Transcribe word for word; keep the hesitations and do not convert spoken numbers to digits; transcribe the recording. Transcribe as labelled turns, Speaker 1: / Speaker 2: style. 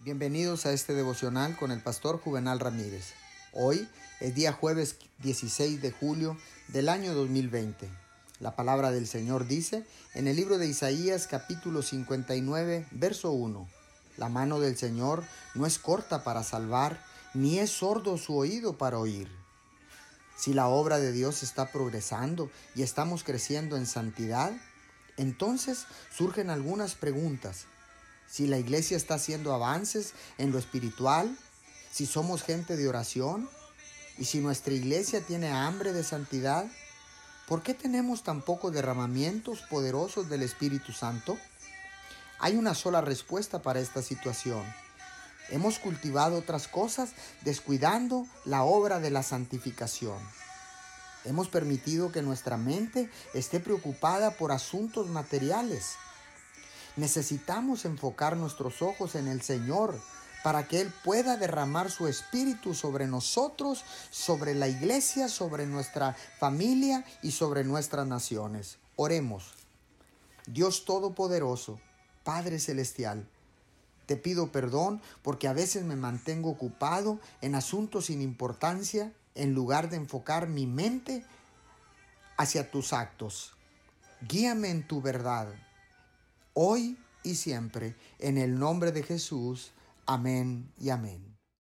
Speaker 1: Bienvenidos a este devocional con el pastor Juvenal Ramírez. Hoy es día jueves dieciséis de julio del año dos mil veinte. La palabra del Señor dice en el libro de Isaías capítulo cincuenta y nueve, verso uno. La mano del Señor no es corta para salvar, ni es sordo su oído para oír. Si la obra de Dios está progresando y estamos creciendo en santidad, entonces surgen algunas preguntas. Si la iglesia está haciendo avances en lo espiritual, si somos gente de oración y si nuestra iglesia tiene hambre de santidad, ¿por qué tenemos tan pocos derramamientos poderosos del Espíritu Santo? Hay una sola respuesta para esta situación. Hemos cultivado otras cosas descuidando la obra de la santificación. Hemos permitido que nuestra mente esté preocupada por asuntos materiales. Necesitamos enfocar nuestros ojos en el Señor para que Él pueda derramar su Espíritu sobre nosotros, sobre la iglesia, sobre nuestra familia y sobre nuestras naciones. Oremos. Dios Todopoderoso, Padre Celestial, te pido perdón porque a veces me mantengo ocupado en asuntos sin importancia en lugar de enfocar mi mente hacia tus actos. Guíame en tu verdad, hoy y siempre, en el nombre de Jesús. Amén y amén.